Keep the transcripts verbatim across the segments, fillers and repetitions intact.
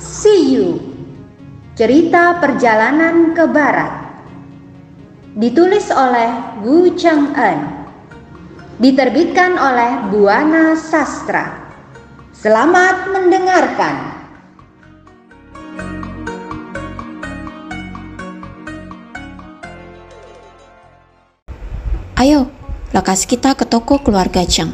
See You, cerita perjalanan ke barat. Ditulis oleh Wu Cheng-en. Diterbitkan oleh Buana Sastra. Selamat mendengarkan. Ayo, lekas kita ke toko keluarga Cheng.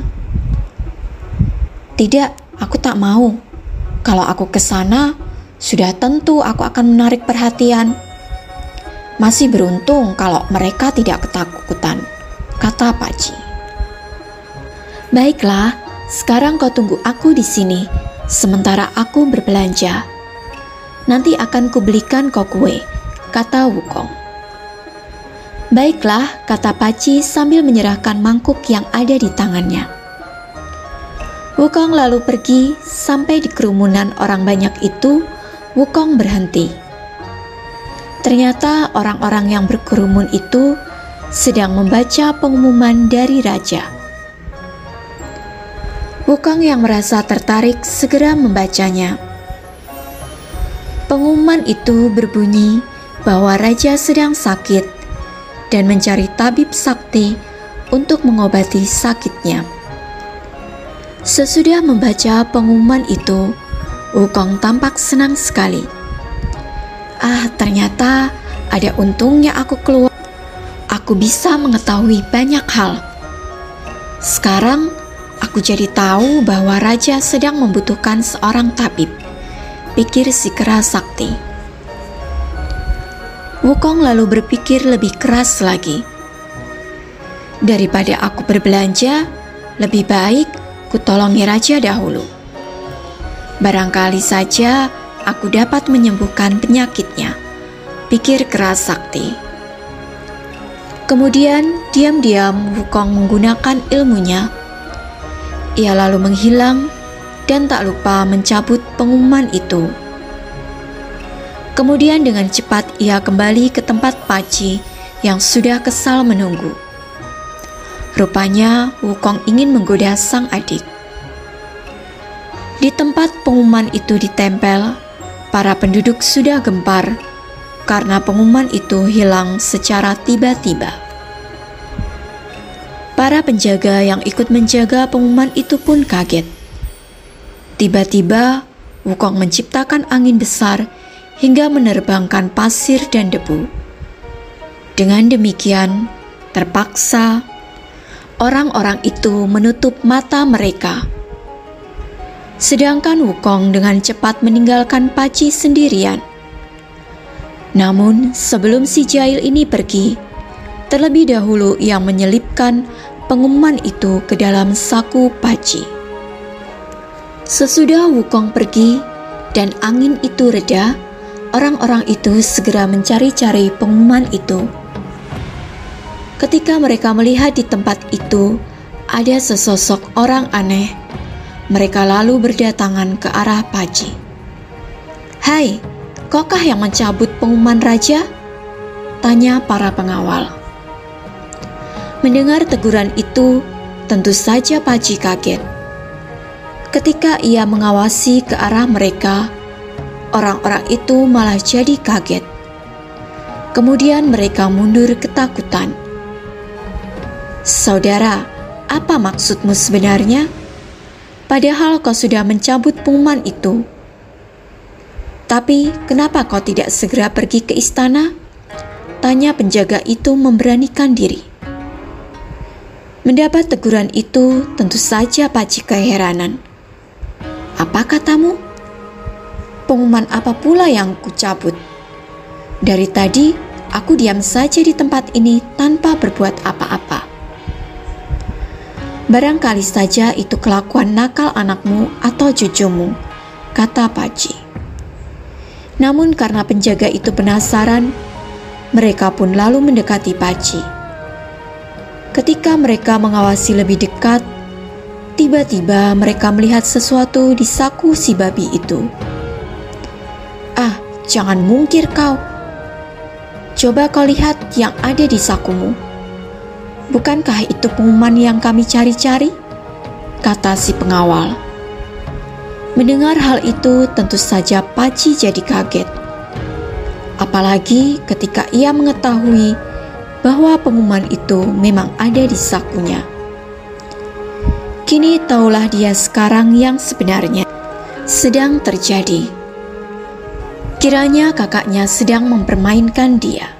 Tidak, aku tak mau. Kalau aku ke sana, sudah tentu aku akan menarik perhatian. Masih beruntung kalau mereka tidak ketakutan, kata Paci. Baiklah, sekarang kau tunggu aku di sini, sementara aku berbelanja. Nanti akan kubelikan kau kue, kata Wukong. Baiklah, kata Paci sambil menyerahkan mangkuk yang ada di tangannya. Wukong lalu pergi. Sampai di kerumunan orang banyak itu, Wukong berhenti. Ternyata orang-orang yang berkerumun itu sedang membaca pengumuman dari raja. Wukong yang merasa tertarik segera membacanya. Pengumuman itu berbunyi bahwa raja sedang sakit dan mencari tabib sakti untuk mengobati sakitnya. Sesudah membaca pengumuman itu, Wukong tampak senang sekali. Ah, ternyata ada untungnya aku keluar. Aku bisa mengetahui banyak hal. Sekarang, aku jadi tahu bahwa raja sedang membutuhkan seorang tabib, pikir si kera sakti. Wukong lalu berpikir lebih keras lagi. Daripada aku berbelanja, lebih baik kutolongi raja dahulu. Barangkali saja aku dapat menyembuhkan penyakitnya, pikir kera sakti. Kemudian diam-diam Wukong menggunakan ilmunya. Ia lalu menghilang dan tak lupa mencabut pengumuman itu. Kemudian dengan cepat ia kembali ke tempat Paci yang sudah kesal menunggu. Rupanya Wukong ingin menggoda sang adik. Di tempat pengumuman itu ditempel, para penduduk sudah gempar karena pengumuman itu hilang secara tiba-tiba. Para penjaga yang ikut menjaga pengumuman itu pun kaget. Tiba-tiba Wukong menciptakan angin besar hingga menerbangkan pasir dan debu. Dengan demikian, terpaksa orang-orang itu menutup mata mereka. Sedangkan Wukong dengan cepat meninggalkan Paci sendirian. Namun sebelum si jahil ini pergi, terlebih dahulu ia menyelipkan pengumuman itu ke dalam saku Paci. Sesudah Wukong pergi dan angin itu reda, orang-orang itu segera mencari-cari pengumuman itu. Ketika mereka melihat di tempat itu ada sesosok orang aneh, mereka lalu berdatangan ke arah Paci. "Hai, kaukah yang mencabut pengumuman raja?" tanya para pengawal. Mendengar teguran itu, tentu saja Paci kaget. Ketika ia mengawasi ke arah mereka, orang-orang itu malah jadi kaget. Kemudian mereka mundur ketakutan. "Saudara, apa maksudmu sebenarnya? Padahal kau sudah mencabut pengumuman itu. Tapi kenapa kau tidak segera pergi ke istana?" tanya penjaga itu memberanikan diri. Mendapat teguran itu, tentu saja Paci keheranan. "Apa katamu? Pengumuman apa pula yang kucabut? Dari tadi aku diam saja di tempat ini tanpa berbuat apa-apa. Barangkali saja itu kelakuan nakal anakmu atau cucumu," kata Paci. Namun karena penjaga itu penasaran, mereka pun lalu mendekati Paci. Ketika mereka mengawasi lebih dekat, tiba-tiba mereka melihat sesuatu di saku si babi itu. "Ah, jangan mungkir kau. Coba kau lihat yang ada di sakumu. Bukankah itu pengumuman yang kami cari-cari?" kata si pengawal. Mendengar hal itu, tentu saja Paci jadi kaget. Apalagi ketika ia mengetahui bahwa pengumuman itu memang ada di sakunya. Kini taulah dia sekarang yang sebenarnya sedang terjadi. Kiranya kakaknya sedang mempermainkan dia.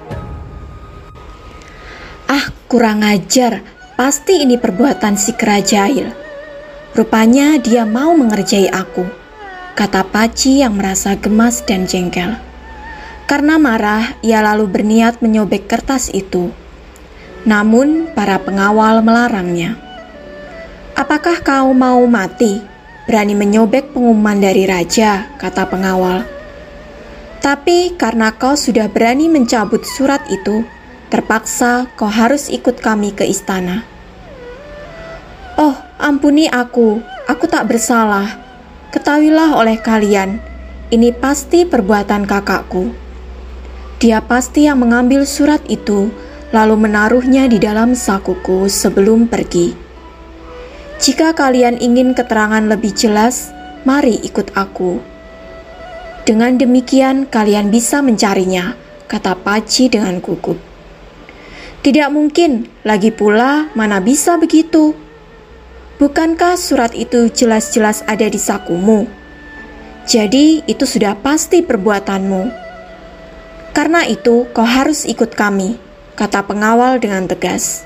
Ah, kurang ajar, pasti ini perbuatan si Kerajahil. Rupanya dia mau mengerjai aku, kata Paci yang merasa gemas dan jengkel. Karena marah, ia lalu berniat menyobek kertas itu. Namun para pengawal melarangnya. Apakah kau mau mati? Berani menyobek pengumuman dari raja, kata pengawal. Tapi karena kau sudah berani mencabut surat itu, terpaksa kau harus ikut kami ke istana. Oh, ampuni aku, aku tak bersalah. Ketahuilah oleh kalian, ini pasti perbuatan kakakku. Dia pasti yang mengambil surat itu, lalu menaruhnya di dalam sakuku sebelum pergi. Jika kalian ingin keterangan lebih jelas, mari ikut aku. Dengan demikian kalian bisa mencarinya, kata Paci dengan gugup. Tidak mungkin, lagi pula mana bisa begitu. Bukankah surat itu jelas-jelas ada di sakumu? Jadi itu sudah pasti perbuatanmu. Karena itu kau harus ikut kami, kata pengawal dengan tegas.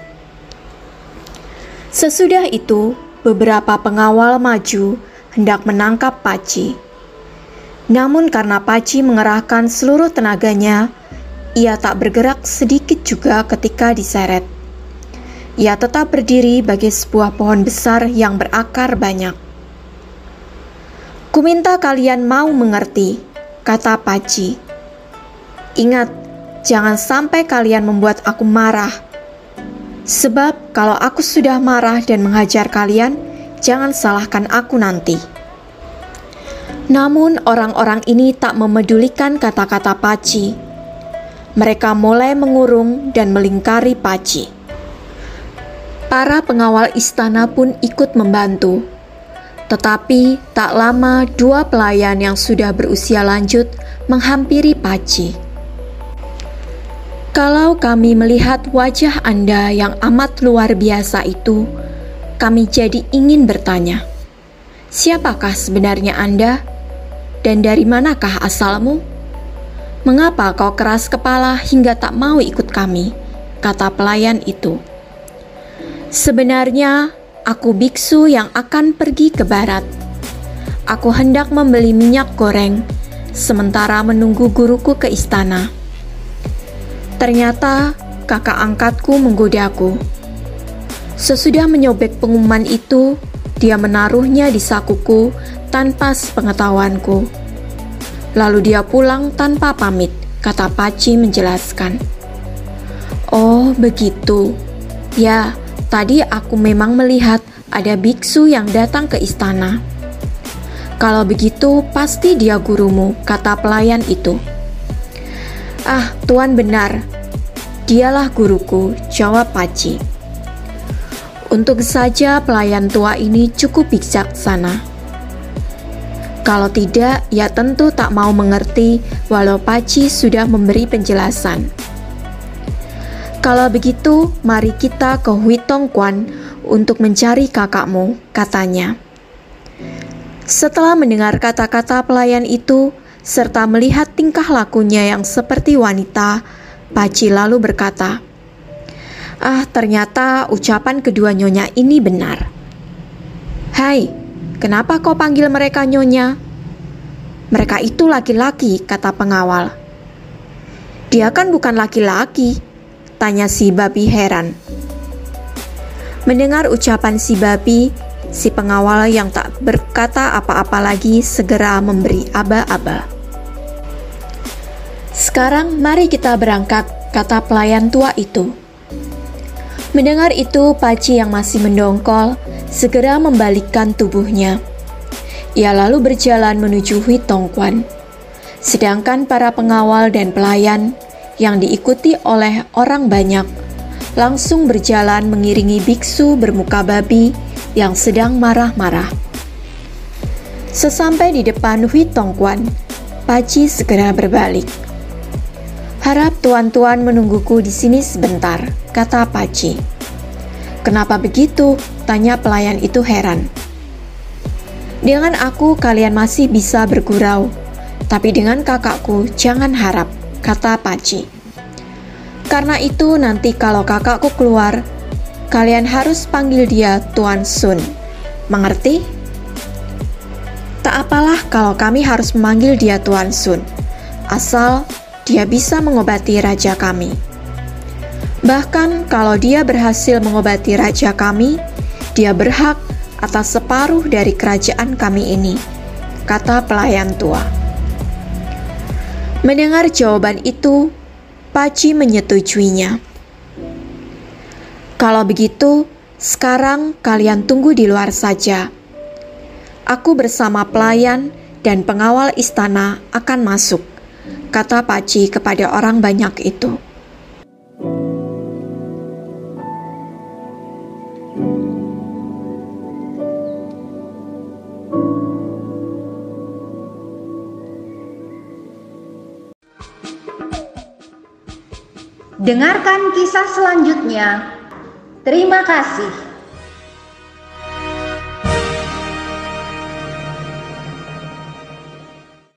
Sesudah itu, beberapa pengawal maju hendak menangkap Paci. Namun karena Paci mengerahkan seluruh tenaganya, ia tak bergerak sedikit juga ketika diseret. Ia tetap berdiri bagi sebuah pohon besar yang berakar banyak. Kuminta kalian mau mengerti, kata Paci. Ingat, jangan sampai kalian membuat aku marah. Sebab kalau aku sudah marah dan menghajar kalian, jangan salahkan aku nanti. Namun orang-orang ini tak memedulikan kata-kata Paci. Mereka mulai mengurung dan melingkari Paci. Para pengawal istana pun ikut membantu. Tetapi tak lama dua pelayan yang sudah berusia lanjut menghampiri Paci. Kalau kami melihat wajah Anda yang amat luar biasa itu, kami jadi ingin bertanya, siapakah sebenarnya Anda? Dan dari manakah asalmu? Mengapa kau keras kepala hingga tak mau ikut kami? Kata pelayan itu. Sebenarnya, aku biksu yang akan pergi ke barat. Aku hendak membeli minyak goreng, sementara menunggu guruku ke istana. Ternyata, kakak angkatku menggodaku. Sesudah menyobek pengumuman itu, dia menaruhnya di sakuku tanpa sepengetahuanku. Lalu dia pulang tanpa pamit, kata Paci menjelaskan. Oh, begitu. Ya, tadi aku memang melihat ada biksu yang datang ke istana. Kalau begitu, pasti dia gurumu, kata pelayan itu. Ah, Tuan benar. Dialah guruku, jawab Paci. Untuk saja pelayan tua ini cukup bijaksana. Kalau tidak, ia tentu tak mau mengerti walau Paci sudah memberi penjelasan. Kalau begitu, mari kita ke Hui Tong Kuan untuk mencari kakakmu, katanya. Setelah mendengar kata-kata pelayan itu, serta melihat tingkah lakunya yang seperti wanita, Paci lalu berkata, ah, ternyata ucapan kedua nyonya ini benar. Hai, kenapa kau panggil mereka nyonya? Mereka itu laki-laki, kata pengawal. Dia kan bukan laki-laki, tanya si babi heran. Mendengar ucapan si babi, si pengawal yang tak berkata apa-apa lagi segera memberi aba-aba. Sekarang mari kita berangkat, kata pelayan tua itu. Mendengar itu, Paci yang masih mendongkol segera membalikkan tubuhnya. Ia lalu berjalan menuju Hui Tong Kuan. Sedangkan para pengawal dan pelayan yang diikuti oleh orang banyak langsung berjalan mengiringi biksu bermuka babi yang sedang marah-marah. Sesampai di depan Hui Tongkuan, Paci segera berbalik. "Harap tuan-tuan menungguku di sini sebentar," kata Paci. "Kenapa begitu?" tanya pelayan itu heran. "Dengan aku kalian masih bisa bergurau, tapi dengan kakakku jangan harap," kata Paci. "Karena itu nanti kalau kakakku keluar, kalian harus panggil dia Tuan Sun. Mengerti?" "Tak apalah kalau kami harus memanggil dia Tuan Sun, asal dia bisa mengobati raja kami. Bahkan kalau dia berhasil mengobati raja kami, dia berhak atas separuh dari kerajaan kami ini," kata pelayan tua. Mendengar jawaban itu, Paci menyetujuinya. "Kalau begitu, sekarang kalian tunggu di luar saja. Aku bersama pelayan dan pengawal istana akan masuk," kata Paci kepada orang banyak itu. Dengarkan kisah selanjutnya. Terima kasih.